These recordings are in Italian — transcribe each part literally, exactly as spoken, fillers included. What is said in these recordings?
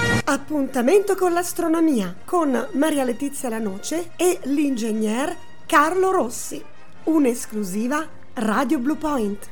Appuntamento con l'astronomia con Maria Letizia Lanoce e l'ingegner Carlo Rossi. Un'esclusiva Radio Blue Point.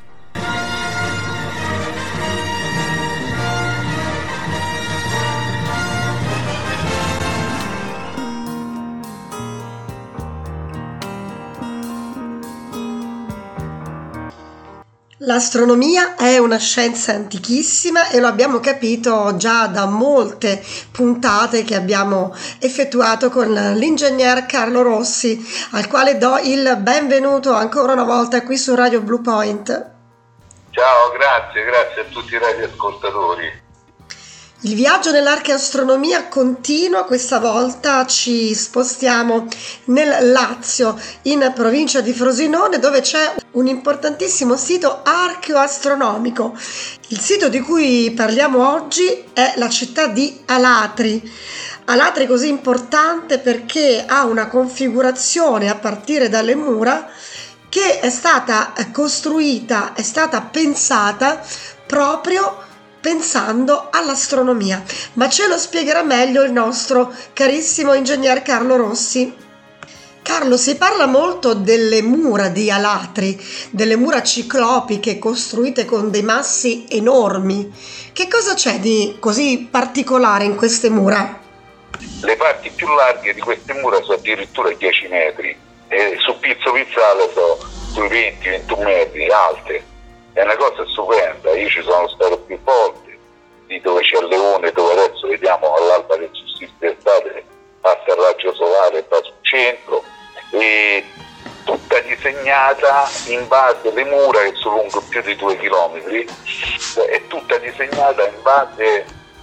L'astronomia è una scienza antichissima e lo abbiamo capito già da molte puntate che abbiamo effettuato con l'ingegner Carlo Rossi, al quale do il benvenuto ancora una volta qui su Radio Blue Point. Ciao, grazie, grazie a tutti i radioascoltatori. Il viaggio nell'archeastronomia continua, questa volta ci spostiamo nel Lazio, in provincia di Frosinone, dove c'è un importantissimo sito archeoastronomico. Il sito di cui parliamo oggi è la città di Alatri. Alatri così importante perché ha una configurazione a partire dalle mura che è stata costruita, è stata pensata proprio pensando all'astronomia, ma ce lo spiegherà meglio il nostro carissimo ingegner Carlo Rossi. Carlo, si parla molto delle mura di Alatri, delle mura ciclopiche costruite con dei massi enormi. Che cosa c'è di così particolare in queste mura? Le parti più larghe di queste mura sono addirittura dieci metri e su Pizzo Pizzale sono sui venti ventuno metri alte. È una cosa stupenda, io ci sono stato più volte, lì dove c'è il leone, dove adesso vediamo all'alba del solstizio d'estate, passa il raggio solare e va sul centro, e tutta disegnata in base alle mura che sono lunghe più di due chilometri, è tutta disegnata in base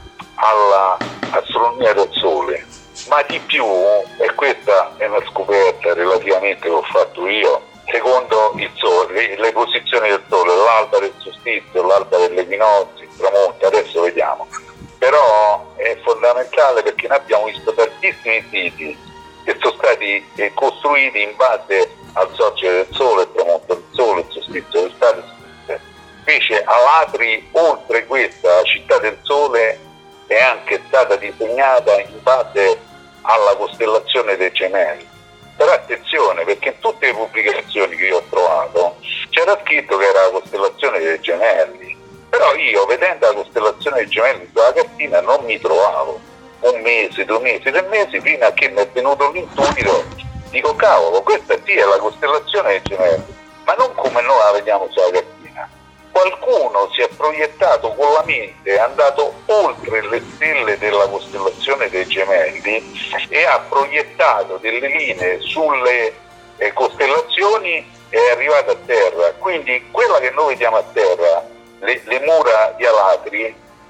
all'astronomia del Sole. Ma di più, e questa è una scoperta relativamente che ho fatto io, secondo il Sole, le posizioni del Sole, l'alba del solstizio, l'alba dell'equinozio, il tramonto, adesso vediamo. Però è fondamentale perché noi abbiamo visto tantissimi siti che sono stati eh, costruiti in base al sorgere del Sole, il tramonto del Sole, il solstizio d'estate. Invece Alatri, oltre questa città del Sole, è anche stata disegnata in base alla costellazione dei Gemelli. Però attenzione, perché in tutte le pubblicazioni che io ho trovato c'era scritto che era la costellazione dei Gemelli, però io vedendo la costellazione dei Gemelli sulla cartina non mi trovavo. Un mese, due mesi, tre mesi, fino a che mi è venuto l'intuito, dico cavolo, questa sì è la costellazione dei Gemelli, ma non come noi la vediamo sulla cartina. Qualcuno si è proiettato con la mente, è andato oltre le stelle della costellazione dei Gemelli e ha proiettato delle linee sulle eh, costellazioni e è arrivato a terra. Quindi quella che noi vediamo a terra, le, le mura di Alatri,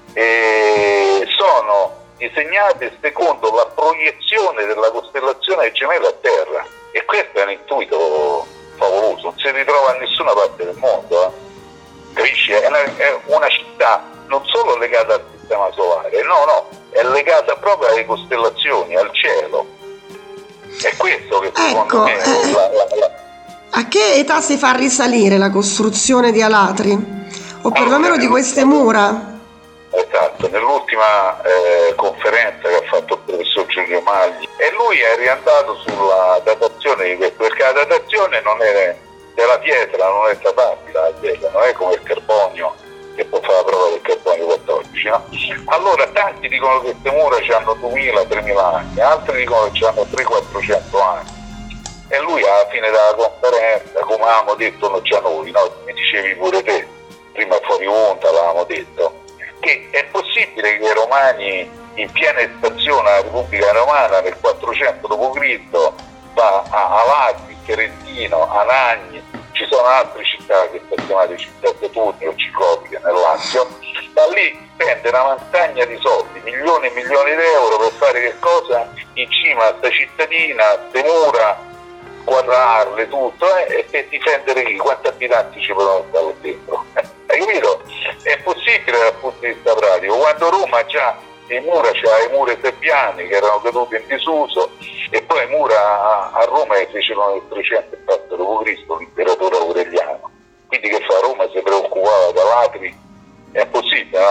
eh, sono disegnate secondo la proiezione della costellazione dei Gemelli a terra, e questo è un intuito favoloso, non si ritrova in nessuna parte del mondo, eh. Capisci? È una, è una città non solo legata al sistema solare, no, no, è legata proprio alle costellazioni, al cielo. È questo che secondo ecco, me è eh, la, la, la... A che età si fa risalire la costruzione di Alatri? O perlomeno allora, di queste mura? Esatto, nell'ultima eh, conferenza che ha fatto il professor Giulio Magli, e lui è riandato sulla datazione di questo, perché la datazione non è della pietra, non è databile, la pietra non è come il carbonio che può fare la prova del carbonio quattordici, no? Allora tanti dicono che queste mura hanno duemila tremila anni, altri dicono che hanno trecento quattrocento anni, e lui alla fine della conferenza, come avevamo detto non già noi, no? Mi dicevi pure te prima fuori onda, l'avevamo detto, che è possibile che i romani in piena espansione alla Repubblica Romana nel quattrocento dopo Cristo va a Alatri, Ferentino, Anagni, ci sono altre città che sono chiamate città Saturni o ciclopiche nel Lazio, da lì spende una montagna di soldi, milioni e milioni di euro per fare che cosa? In cima a sta cittadina, ste mura, quadrarle tutto eh, e per difendere chi? Quanti abitanti ci potevano stare dentro? Hai capito? È possibile dal punto di vista pratico, quando Roma già le mura, c'era i muri seppiani che erano caduti in disuso, e poi le mura a, a Roma che fecero nel trecento dopo Cristo l'imperatore Aureliano. Quindi che fa? Roma si preoccupava da Alatri? È possibile, no?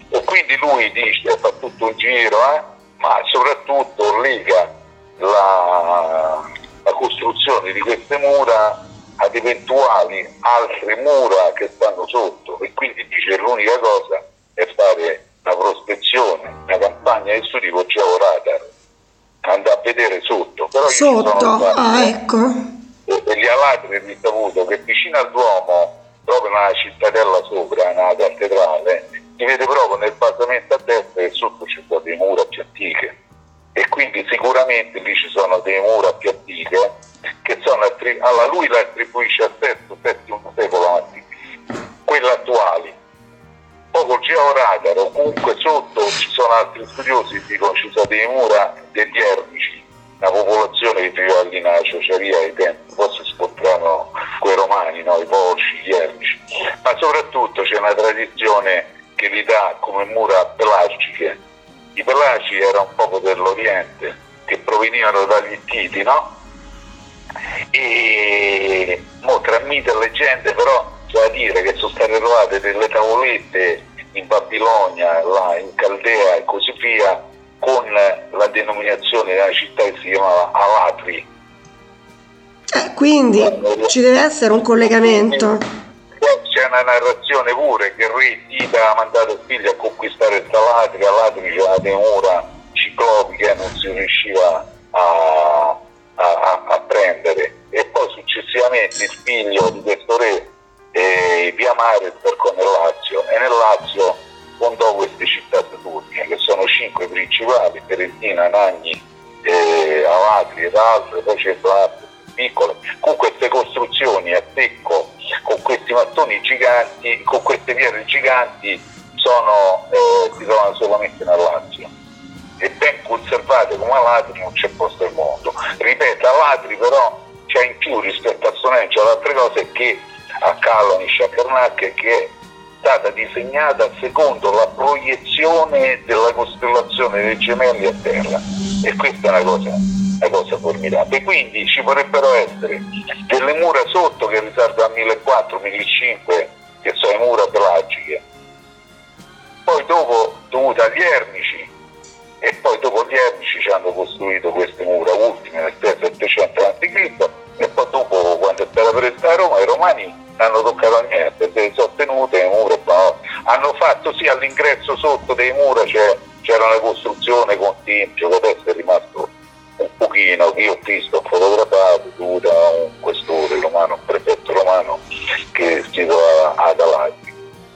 E quindi lui dice, fa tutto un giro, eh, ma soprattutto lega la, la costruzione di queste mura ad eventuali altre mura che stanno sotto, e quindi dice l'unica cosa è fare una prospezione, una campagna di studio con georadar, andare a vedere sotto. Però io Sotto, sono stato, ah ecco. e, e gli alatri ho risaputo che vicino al Duomo, proprio nella cittadella sopra, nella cattedrale, si vede proprio nel basamento a destra che sotto ci sono delle mura più antiche, e quindi sicuramente lì ci sono delle mura più antiche che sono attri- alla lui la attribuisce al sesto settimo secolo avanti, quelle attuali. Poi col georadar o comunque sotto ci sono altri studiosi che dicono ci sono delle mura degli Ernici, una popolazione che viveva lì nella ciociaria ai tempi, poi si scontrarono quei romani, no? I Volsci, gli Ernici, ma soprattutto c'è una tradizione che li dà come mura pelagiche. I pelagi erano un popolo dell'Oriente che provenivano dagli Ittiti, no? E mo, tra mito e leggende però c'è da dire che sono state trovate delle tavolette in Babilonia, là in Caldea e così via, con la denominazione della città che si chiamava Alatri. Eh, quindi ci deve essere un collegamento. C'è una narrazione pure che il re Tita ha mandato il figlio a conquistare Alatri, Alatri c'era delle mura ciclopiche, non si riusciva a, a, a prendere, e poi successivamente il figlio di questo re, eh, via Mare, sbarcò nel Lazio, e nel Lazio fondò queste città saturniche che sono cinque principali: Ferentina, Nagni, eh, Alatri ed altre, poi c'è altre piccole, con queste costruzioni a secco, con questi mattoni giganti, con queste pietre giganti, sono, eh, si trovano solamente nel Lazio, e ben conservate come Alatri non c'è posto al mondo. Ripeto, Alatri però c'è in più rispetto a Stonehenge ad altre cose, che a Callanish, a Karnak, che è stata disegnata secondo la proiezione della costellazione dei gemelli a terra, e questa è una cosa, una cosa formidabile. Quindi ci potrebbero essere delle mura sotto che risalgono al millequattrocento millecinquecento, che sono le mura pelagiche, poi dopo dovute agli Ernici, e poi dopo gli Ernici ci hanno costruito queste mura ultime nel settecento avanti Cristo, e poi dopo, quando è stata presa a Roma, i romani hanno toccato niente, se sono tenute le mura, hanno fatto sì all'ingresso sotto dei mura c'è, c'era una costruzione con tempio, che adesso è rimasto un pochino, che io ho visto, ho fotografato, dovuta a un questore romano, un prefetto romano che si trova ad Alatri.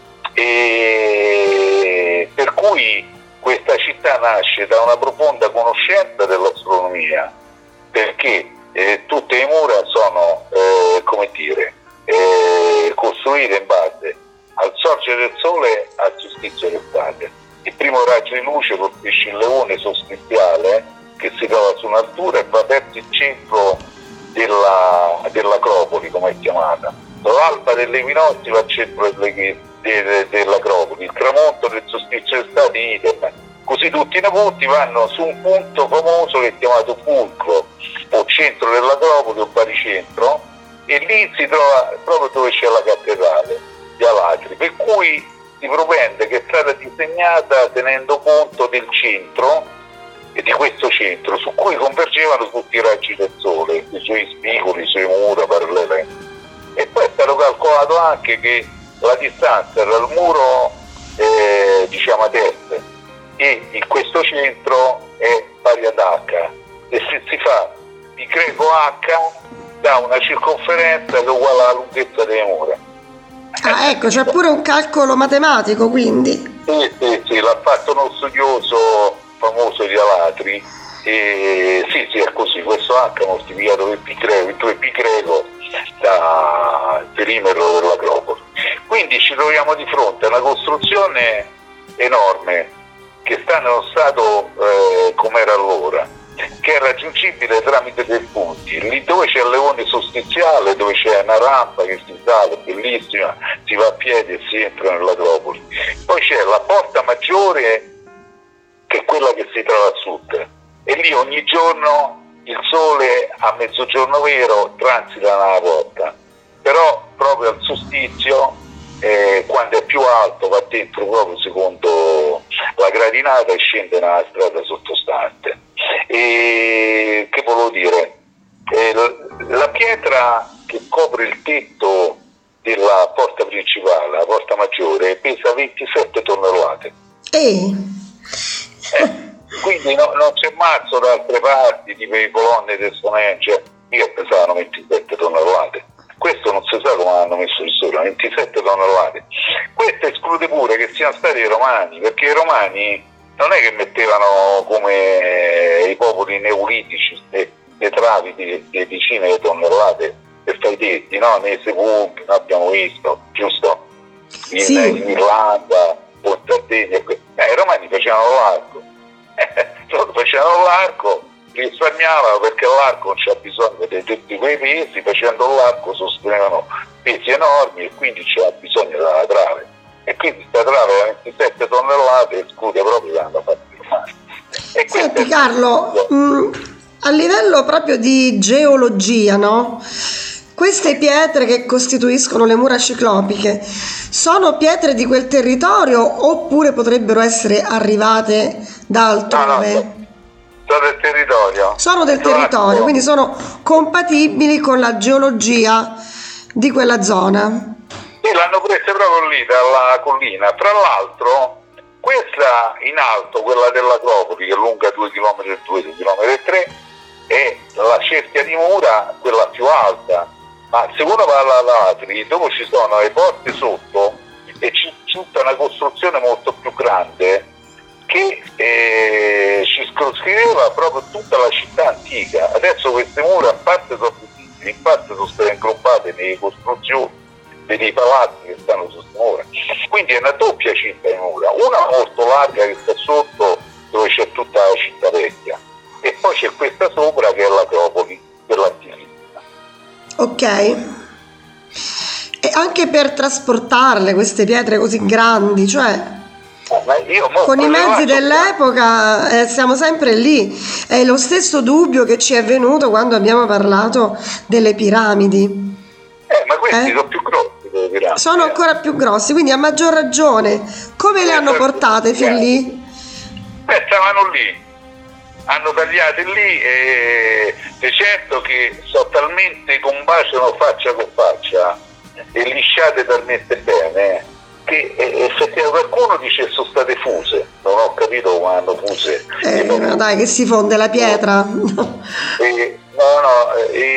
E per cui questa città nasce da una profonda conoscenza dell'astronomia, perché eh, tutte le mura sono, eh, come dire, eh, costruite in base al sorgere del sole e al solstizio d'estate. Il primo raggio di luce colpisce il leone solstiziale che si trova su un'altura e va verso il centro della, dell'Acropoli, come è chiamata. L'alba dell'equinozio va al centro delle, de, dell'Acropoli, il tramonto del solstizio d'estate in idem. Così tutti i punti vanno su un punto famoso che è chiamato fulcro, o centro dell'Acropoli o baricentro, e lì si trova proprio dove c'è la cattedrale di Alatri, per cui si propende che è stata disegnata tenendo conto del centro e di questo centro su cui convergevano tutti i raggi del sole, i suoi spigoli, i suoi mura parallele. E poi è stato calcolato anche che la distanza tra il muro eh, diciamo ad est e in questo centro è pari ad H, e se si fa pi greco H dà una circonferenza che è uguale alla lunghezza delle mura. Ah, ecco, c'è pure un calcolo matematico, quindi. Sì, sì, sì, l'ha fatto uno studioso famoso di Alatri, e sì, sì, è così, questo H moltiplicato per pi greco, il due pi greco dà il perimetro dell'Acropoli. Quindi ci troviamo di fronte a una costruzione enorme che sta nello stato eh, come era allora, che è raggiungibile tramite dei punti. Lì dove c'è il leone solstiziale, dove c'è una rampa che si sale, bellissima, si va a piedi e si entra nell'Acropoli. Poi c'è la porta maggiore, che è quella che si trova a sud, e lì ogni giorno il sole a mezzogiorno vero transita nella porta, però proprio al solstizio eh, quando è più alto va dentro proprio secondo la gradinata e scende nella strada sottostante. E che volevo dire? Eh, la pietra che copre il tetto della porta principale, la porta maggiore, pesa ventisette tonnellate. Ehi. Eh, quindi no, non c'è mazzo da altre parti, tipo le colonne del Stonehenge, che pesavano ventisette tonnellate. Questo non si sa come hanno messo il sole, ventisette tonnellate. Questo esclude pure che siano stati i romani, perché i romani non è che mettevano come i popoli neolitici le, le travi di, di decine di tonnellate per fare i tetti, no? Nei sepolcri, abbiamo visto, giusto? In, sì. in Irlanda o in Sardegna. Eh, i romani facevano l'arco, loro facevano l'arco, risparmiavano perché l'arco non c'ha bisogno di tutti quei pesi, facendo l'arco sostenevano pesi enormi e quindi c'era bisogno della trave. E quindi questa trave da ventisette tonnellate esclude proprio che hanno fatto i romani. Senti Carlo, mh, a livello proprio di geologia, no? Queste pietre che costituiscono le mura ciclopiche sono pietre di quel territorio oppure potrebbero essere arrivate da altrove? No, no, sono del territorio. Sono del territorio, quindi sono compatibili con la geologia di quella zona. Sì, l'hanno prese proprio lì, dalla collina. Tra l'altro, questa in alto, quella dell'Acropoli, che è lunga due chilometri e due, due chilometri e tre, è la cerchia di mura, quella più alta. Ma se uno parla ad altri, dopo ci sono le porte sotto e c'è tutta una costruzione molto più grande che eh, ci scoscriveva proprio tutta la città antica. Adesso queste mura a parte sono bellissime, in parte sono state inglobate nelle costruzioni dei palazzi che stanno su queste mura. Quindi è una doppia città di mura, una molto larga che sta sotto dove c'è tutta la città vecchia e poi c'è questa sopra che è l'Acropoli dell'antichità. Ok, e anche per trasportarle queste pietre così grandi, cioè io con i mezzi dell'epoca eh, siamo sempre lì. È lo stesso dubbio che ci è venuto quando abbiamo parlato delle piramidi. Eh, ma questi eh? sono più grossi delle piramidi. Sono ancora più grossi, quindi a maggior ragione. Come le hanno portate fin lì? Beh, stavano lì. Hanno tagliate lì e è certo che sono talmente combaciano faccia con faccia e lisciate talmente bene che effettivamente qualcuno dice sono state fuse, non ho capito come hanno fuse. Eh, ma dai che si fonde la pietra. E, no, no,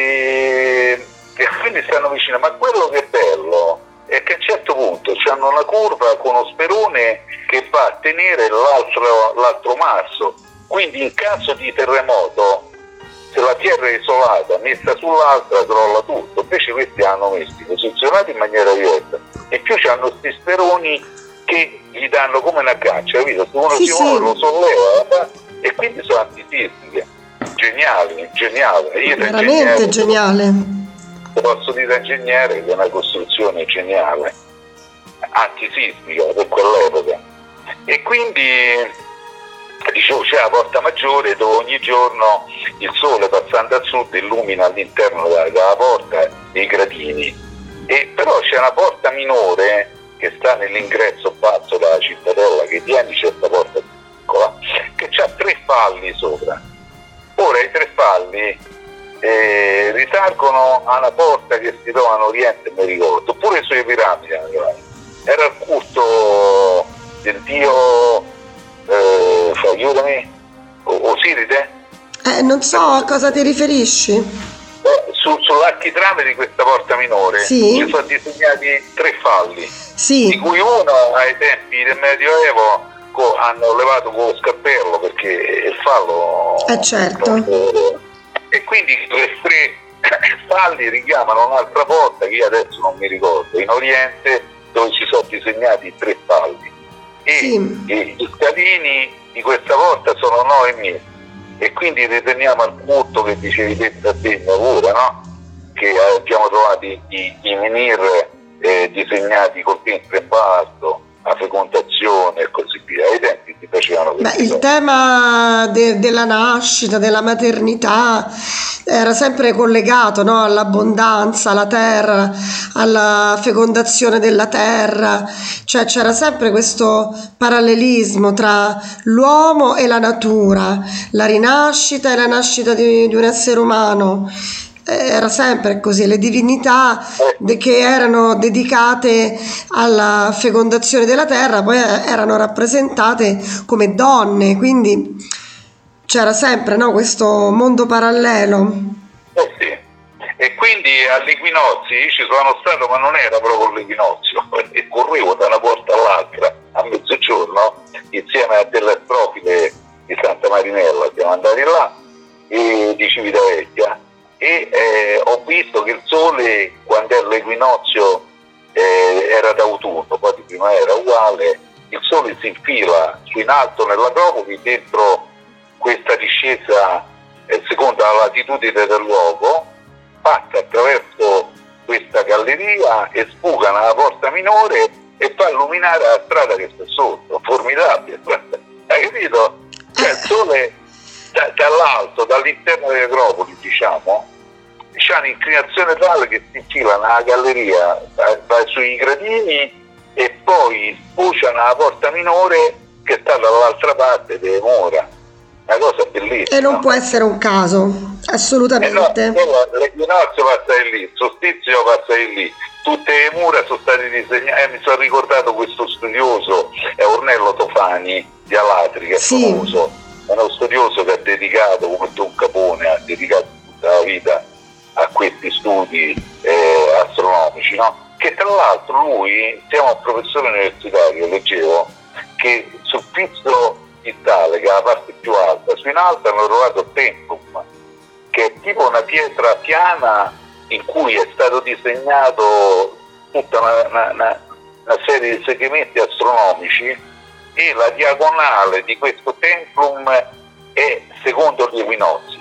e, e quindi stanno vicino, ma quello che è bello è che a un certo punto hanno una curva con uno sperone che va a tenere l'altro, l'altro masso. Quindi in caso di terremoto, se la terra è isolata, messa sull'altra, crolla tutto. Invece questi hanno messi posizionati in maniera diversa. E più c'hanno questi speroni che gli danno come una caccia, capito? Se uno sì, si muove sì. lo solleva e quindi sono antisismiche. Geniali, geniale. Io veramente geniale. Posso dire ingegnere che è una costruzione geniale, antisismica per quell'epoca. E quindi dicevo c'è la porta maggiore dove ogni giorno il sole passando a sud illumina all'interno della, della porta dei gradini, e però c'è una porta minore che sta nell'ingresso basso della cittadella, che tiene questa porta piccola che ha tre falli sopra. Ora i tre falli eh, risalgono a una porta che si trova in Oriente, mi ricordo, pure sulle piramidi era il culto del dio Eh, aiutami, Osiride? Eh, non so a cosa ti riferisci. Eh, su, sull'architrave di questa porta minore sì. ci sono disegnati tre falli, sì. di cui uno ai tempi del Medioevo co- hanno levato con lo scappello perché il fallo eh certo eh, e quindi questi tre falli richiamano un'altra porta che io adesso non mi ricordo, in Oriente, dove ci sono disegnati tre falli. E sì. I scalini di questa volta sono nove metri e quindi riteniamo al culto che dicevi te Sardegna pure, no? Che abbiamo trovato i, i, i menhir eh, disegnati col ventre in basso, la fecondazione e così via. Ai tempi si faceva facevano Beh, questi il cose. tema de- della nascita, della maternità era sempre collegato, no? All'abbondanza, alla terra, alla fecondazione della terra, cioè c'era sempre questo parallelismo tra l'uomo e la natura, la rinascita e la nascita di, di un essere umano. Eh, Era sempre così, le divinità Eh, de- che erano dedicate alla fecondazione della terra poi eh, erano rappresentate come donne, quindi c'era sempre, no, questo mondo parallelo. eh sì. E quindi all'equinozio ci sono stato, ma non era proprio l'equinozio, e correvo da una porta all'altra a mezzogiorno insieme a delle astrofile di Santa Marinella, siamo andati là e di Civitavecchia e eh, ho visto che il sole quando è l'equinozio eh, era d'autunno, poi di primavera uguale, il sole si infila su in alto nell'Acropoli dentro questa discesa eh, secondo la latitudine del luogo, passa attraverso questa galleria e sbuca nella porta minore e fa illuminare la strada che sta sotto. Formidabile, hai capito? Cioè il sole da, dall'alto, dall'interno delle Acropoli, diciamo, c'è un'inclinazione tale che si infila nella galleria, va, va sui gradini e poi sbucia nella porta minore che sta dall'altra parte delle mura. Una cosa bellissima. E non può essere un caso, Eh no, assolutamente. l'equinozio passa di lì, il solstizio passa di lì, tutte le mura sono state disegnate, eh, mi sono ricordato questo studioso, è Ornello Tofani di Alatri, che è Sì. famoso, è uno studioso che ha dedicato, come Don Capone, ha dedicato tutta la vita a questi studi eh, astronomici, no? Che tra l'altro lui, siamo un professore universitario, leggevo, che sul pizzo distale, che è la parte più alta, su in alto hanno trovato il templum, che è tipo una pietra piana in cui è stato disegnato tutta una, una, una, una serie di segmenti astronomici e la diagonale di questo templum è secondo gli equinozi.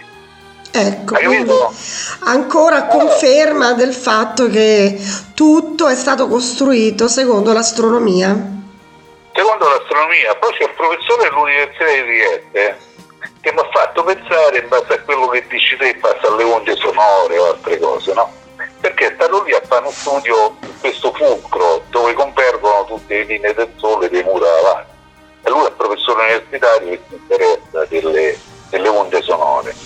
Ecco, Hai quindi capito? ancora conferma del fatto che tutto è stato costruito secondo l'astronomia. Secondo l'astronomia, poi c'è il professore dell'Università di Trieste che mi ha fatto pensare, in base a quello che dici te, passa alle onde sonore o altre cose, no? Perché è stato lì a fare uno studio in questo fulcro dove convergono tutte le linee del Sole dei mura davanti. E lui è un professore universitario che si interessa delle, delle onde sonore.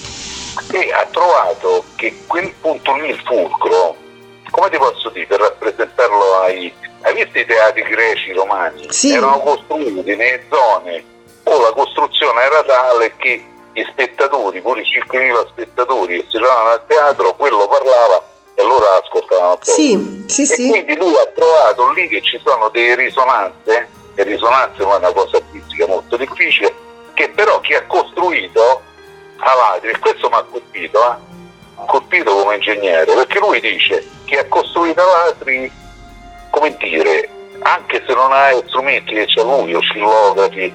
E ha trovato che quel punto lì, il fulcro, come ti posso dire, per rappresentarlo ai... Hai visto i teatri greci romani? Sì. Erano costruiti nelle zone, o la costruzione era tale che gli spettatori, pure cinquemila spettatori che si trovavano al teatro, quello parlava e loro ascoltavano tutto. Sì, sì, E sì. quindi lui ha trovato lì che ci sono delle risonanze, le risonanze non è una cosa fisica molto difficile, che però chi ha costruito Alatri, e questo mi ha colpito, eh? colpito come ingegnere, perché lui dice che ha costruito Alatri, come dire, anche se non ha strumenti che c'ha lui, oscillografi,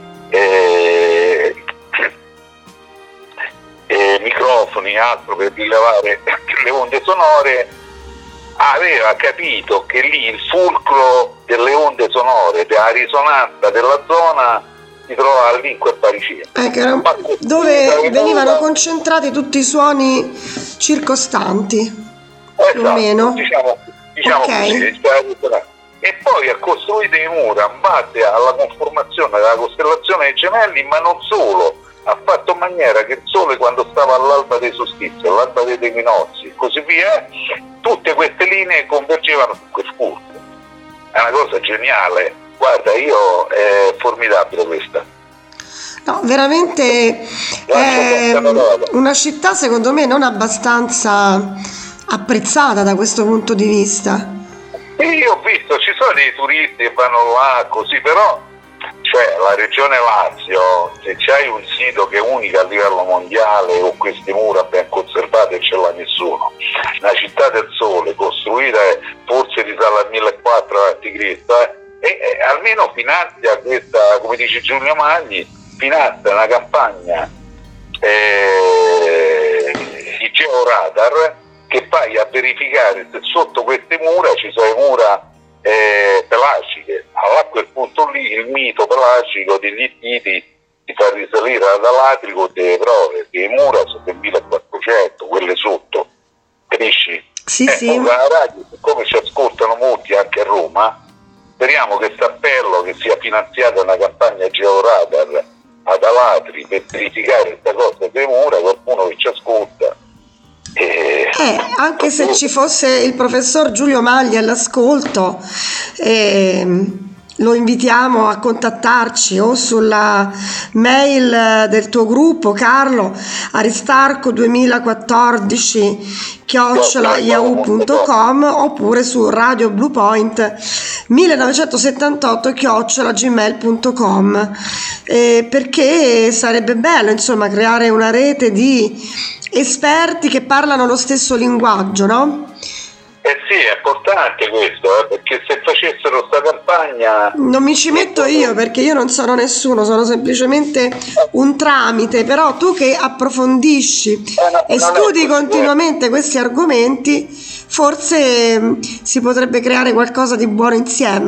eh, eh, microfoni, altro per rilevare le onde sonore, aveva capito che lì il fulcro delle onde sonore, della risonanza della zona, si trovava lì in quel Parigino. Ecco, era un- dove venivano concentrati tutti i suoni circostanti, più o meno. Diciamo, diciamo Ok. così, e poi ha costruito le mura in base alla conformazione della costellazione dei Gemelli, ma non solo, ha fatto in maniera che il Sole, quando stava all'alba dei solstizi, all'alba degli equinozi e così via, tutte queste linee convergevano su quel fulcro. È una cosa geniale, guarda, io è formidabile questa. No, veramente è una città secondo me non abbastanza apprezzata da questo punto di vista. E io ho visto, ci sono dei turisti che vanno là così, però cioè la regione Lazio, se c'hai un sito che è unico a livello mondiale con queste mura ben conservate, ce l'ha nessuno. La città del Sole, costruita forse risale al millequattrocento avanti Cristo, eh, e, e almeno finanzia questa, come dice Giulio Magni, finanzia una campagna eh, di georadar che vai a verificare se sotto queste mura ci sono le mura eh, pelagiche. Allora a quel punto lì il mito pelagico degli Ittiti fa risalire ad Alatri con delle prove, che i mura sono del millequattrocento, quelle sotto, capisci? Sì, eh, sì. La radio, siccome ci ascoltano molti anche a Roma, speriamo che questo appello, che sia finanziata una campagna georadar ad Alatri per verificare questa cosa delle mura, qualcuno che ci ascolta. Eh, anche se ci fosse il professor Giulio Magli all'ascolto, eh, lo invitiamo a contattarci o sulla mail del tuo gruppo, Carlo, aristarco duemilaquattordici chiocciola yahoo punto com, oppure su Radio Bluepoint millenovecentosettantotto chiocciola gmail punto com, eh, perché sarebbe bello, insomma, creare una rete di esperti che parlano lo stesso linguaggio, no? Eh sì, è importante questo, eh, perché se facessero sta campagna... Non mi ci metto io, perché io non sono nessuno, sono semplicemente un tramite, però tu che approfondisci eh, no, e studi continuamente questi argomenti, forse mh, si potrebbe creare qualcosa di buono insieme.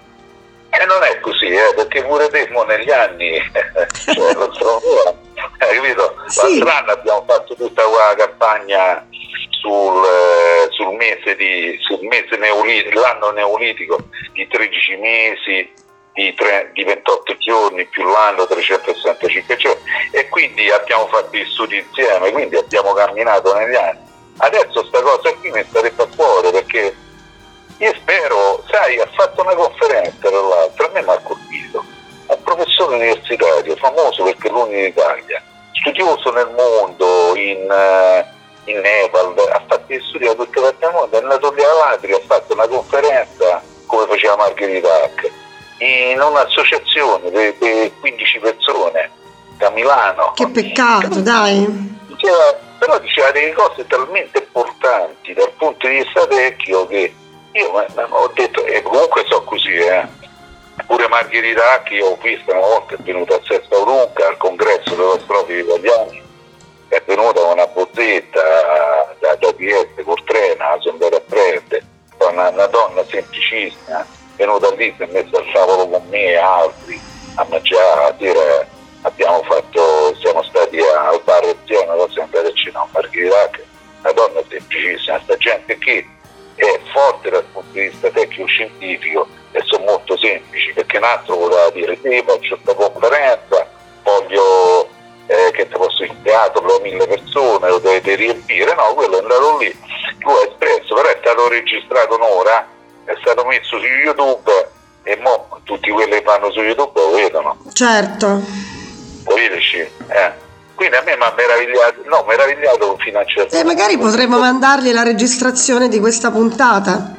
E eh, non è così, eh, perché pure te mo negli anni, cioè, lo so, eh, capito? Sì. L'altro anno abbiamo fatto tutta quella campagna sul, eh, sul mese di sul mese neolitico, l'anno neolitico di tredici mesi, di, tre, di ventotto giorni più l'anno trecentosessantacinque giorni, e quindi abbiamo fatto gli studi insieme, quindi abbiamo camminato negli anni. Adesso sta cosa qui mi starebbe a cuore, perché io spero, sai, ha fatto una conferenza tra l'altro, a me mi ha colpito, un professore universitario famoso perché è l'unico in Italia, studioso nel mondo, in, in Nepal, ha fatto gli studi da tutte le parti del mondo, è andato lì a Alatri, ha fatto una conferenza come faceva Margherita Hack in un'associazione di quindici persone da Milano. Che peccato, dai. Diceva, però diceva delle cose talmente importanti dal punto di vista tecnico che io ma, ma, ho detto, e comunque so così, eh. Pure Margherita Hack, io ho visto una volta, è venuta a Sesta Urunca al congresso degli astronomi italiani, è venuta con una bozzetta da, da Trieste col treno, la sono andata a prendere, una, una donna semplicissima, è venuta lì, si è messa al tavolo con me e altri a mangiare, a dire, abbiamo fatto, siamo stati al bar insieme, poi siamo andati a cena. Margherita Hack, una donna semplicissima, sta gente che è forte dal punto di vista tecnico-scientifico e sono molto semplici, perché un altro voleva dire sì, faccio questa conferenza, voglio eh, che ti posso in teatro per mille persone, lo dovete riempire, no, quello è andato lì, lui ha espresso, però è stato registrato un'ora, è stato messo su YouTube e mo tutti quelli che fanno su YouTube lo vedono. Certo. Capisci? Eh. Quindi a me mi ha meravigliato, no, meravigliato fino a certo punto. E magari potremmo mandargli la registrazione di questa puntata.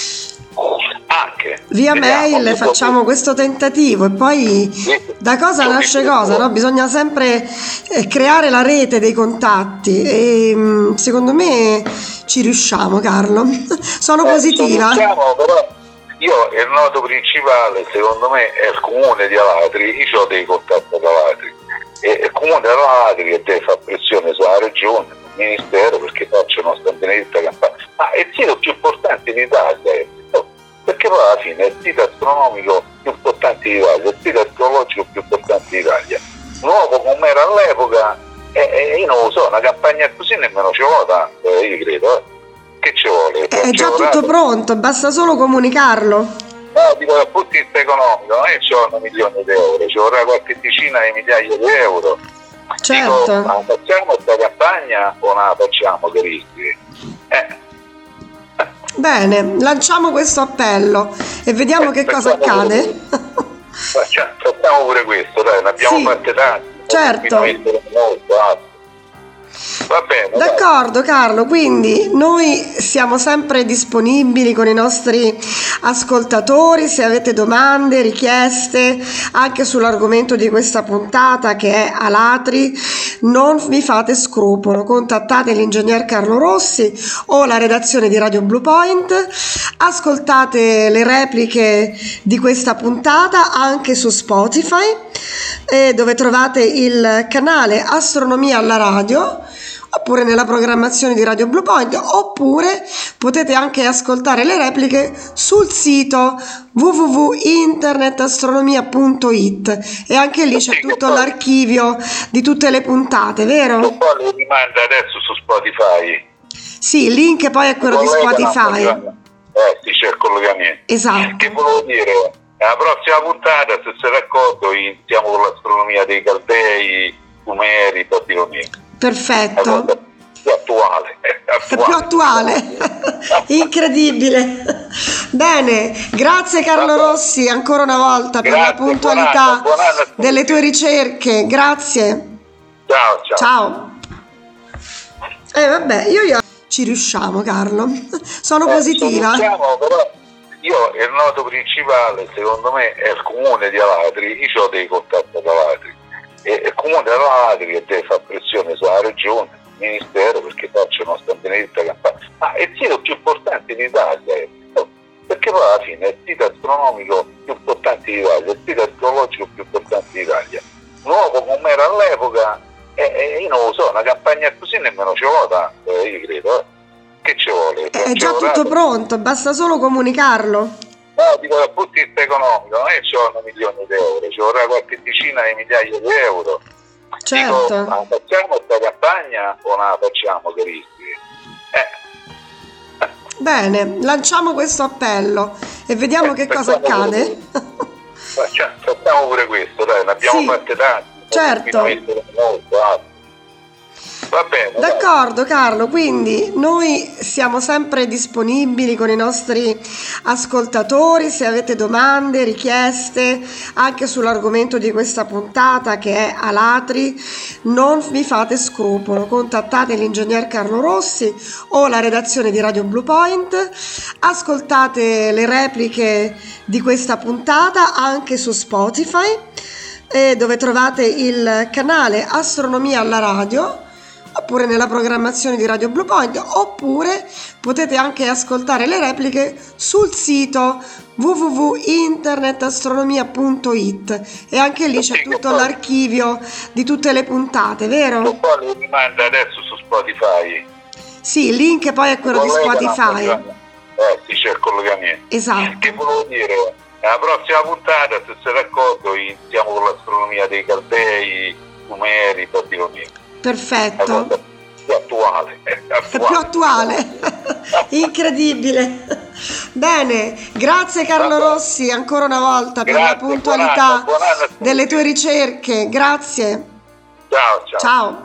Anche. Via Vediamo, mail facciamo questo tentativo e poi da cosa nasce cosa, no? Bisogna sempre eh, creare la rete dei contatti e mh, secondo me ci riusciamo, Carlo. Sono eh, positiva. Riusciamo, però io il nodo principale secondo me è il comune di Alatri, io ho dei contatti ad Alatri. E il comune di Alatri che deve fare pressione sulla regione, sul ministero, perché facciano questa benedetta campagna. Ma è il sito più importante d'Italia, eh. Perché poi alla fine è il sito astronomico più importante d'Italia, il sito astrologico più importante d'Italia. Nuovo come era all'epoca, e, e io non lo so, una campagna così nemmeno ci vuole tanto, eh, io credo. Eh. Che ci vuole? È già tutto pronto, basta solo comunicarlo. No, dico dal punto di vista economico, non è che ci vogliono milioni di euro, ci vorrà qualche decina di migliaia di euro. Certo. Dico, ma facciamo questa campagna o non la facciamo, carissimi? Eh. Bene, lanciamo questo appello e vediamo eh, che cosa accade. Facciamo, facciamo pure questo, dai, ne abbiamo sì, fatte tante. Certo. Molto, Va bene. D'accordo, dai. Carlo, quindi noi siamo sempre disponibili con i nostri ascoltatori, se avete domande, richieste anche sull'argomento di questa puntata che è Alatri, non vi fate scrupolo, contattate l'ingegner Carlo Rossi o la redazione di Radio Bluepoint, ascoltate le repliche di questa puntata anche su Spotify, eh, dove trovate il canale Astronomia alla radio, oppure nella programmazione di Radio Blue Point, oppure potete anche ascoltare le repliche sul sito w w w punto internetastronomia punto i t, e anche lì c'è tutto l'archivio di tutte le puntate, vero? Lo poi lo rimanda adesso su Spotify. Sì, il link poi è quello di Spotify. Eh sì, c'è il collegamento. Esatto. Che volevo dire, nella prossima puntata, se siete d'accordo, iniziamo con l'astronomia dei Caldei, Sumeri, Babilonesi. Perfetto. Più attuale, è attuale. Più attuale. Incredibile. Bene, grazie Carlo Rossi ancora una volta per grazie, la puntualità buon anno, buon anno delle tue ricerche. Grazie. Ciao, ciao. Ciao. Eh vabbè, io, io ci riusciamo, Carlo. Sono eh, positiva. Riusciamo, però io il nodo principale, secondo me, è il comune di Alatri. Io ho dei contatti ad Alatri. E il comune di Alatri che deve fare pressione sulla regione, il ministero, perché facciano sta benedetta campagna. Ma è il sito più importante d'Italia, eh. Perché poi alla fine è il sito astronomico più importante d'Italia, il sito astrologico più importante d'Italia. Nuovo come era all'epoca, e eh, eh, io non lo so, una campagna così nemmeno ci vuole tanto, eh, io credo. Eh. Che ci vuole? È già tutto pronto, basta solo comunicarlo. No, dico dal punto di vista economico, non è che ci vogliono milioni di euro, ci vorrà qualche decina di migliaia di euro. Certo. Dico, ma facciamo questa campagna o non la facciamo, carissimi? Eh. Bene, lanciamo questo appello e vediamo eh, che cosa accade. Facciamo, facciamo pure questo, dai, ne abbiamo sì, fatte tante. Certo. Molto, Va bene, d'accordo dai. Carlo, quindi noi siamo sempre disponibili con i nostri ascoltatori se avete domande, richieste anche sull'argomento di questa puntata che è Alatri, non vi fate scrupolo, contattate l'ingegner Carlo Rossi o la redazione di Radio Blue Point, ascoltate le repliche di questa puntata anche su Spotify, eh, dove trovate il canale Astronomia alla radio, oppure nella programmazione di Radio Blue Point, oppure potete anche ascoltare le repliche sul sito w w w punto internetastronomia punto i t, e anche lì c'è tutto l'archivio di tutte le puntate, vero? Lo poi lo rimanda adesso su Spotify. Sì, il link poi è quello di Spotify. Eh sì, c'è il collegamento. Esatto. Che volevo dire, nella prossima puntata, se siete d'accordo, iniziamo con l'astronomia dei Caldei, Sumeri, Babilonesi. Perfetto. Più attuale, è attuale. Più attuale. Incredibile. Bene, grazie Carlo Rossi ancora una volta per grazie, la puntualità buon anno, buon anno delle tue ricerche. Grazie. Ciao, ciao. Ciao.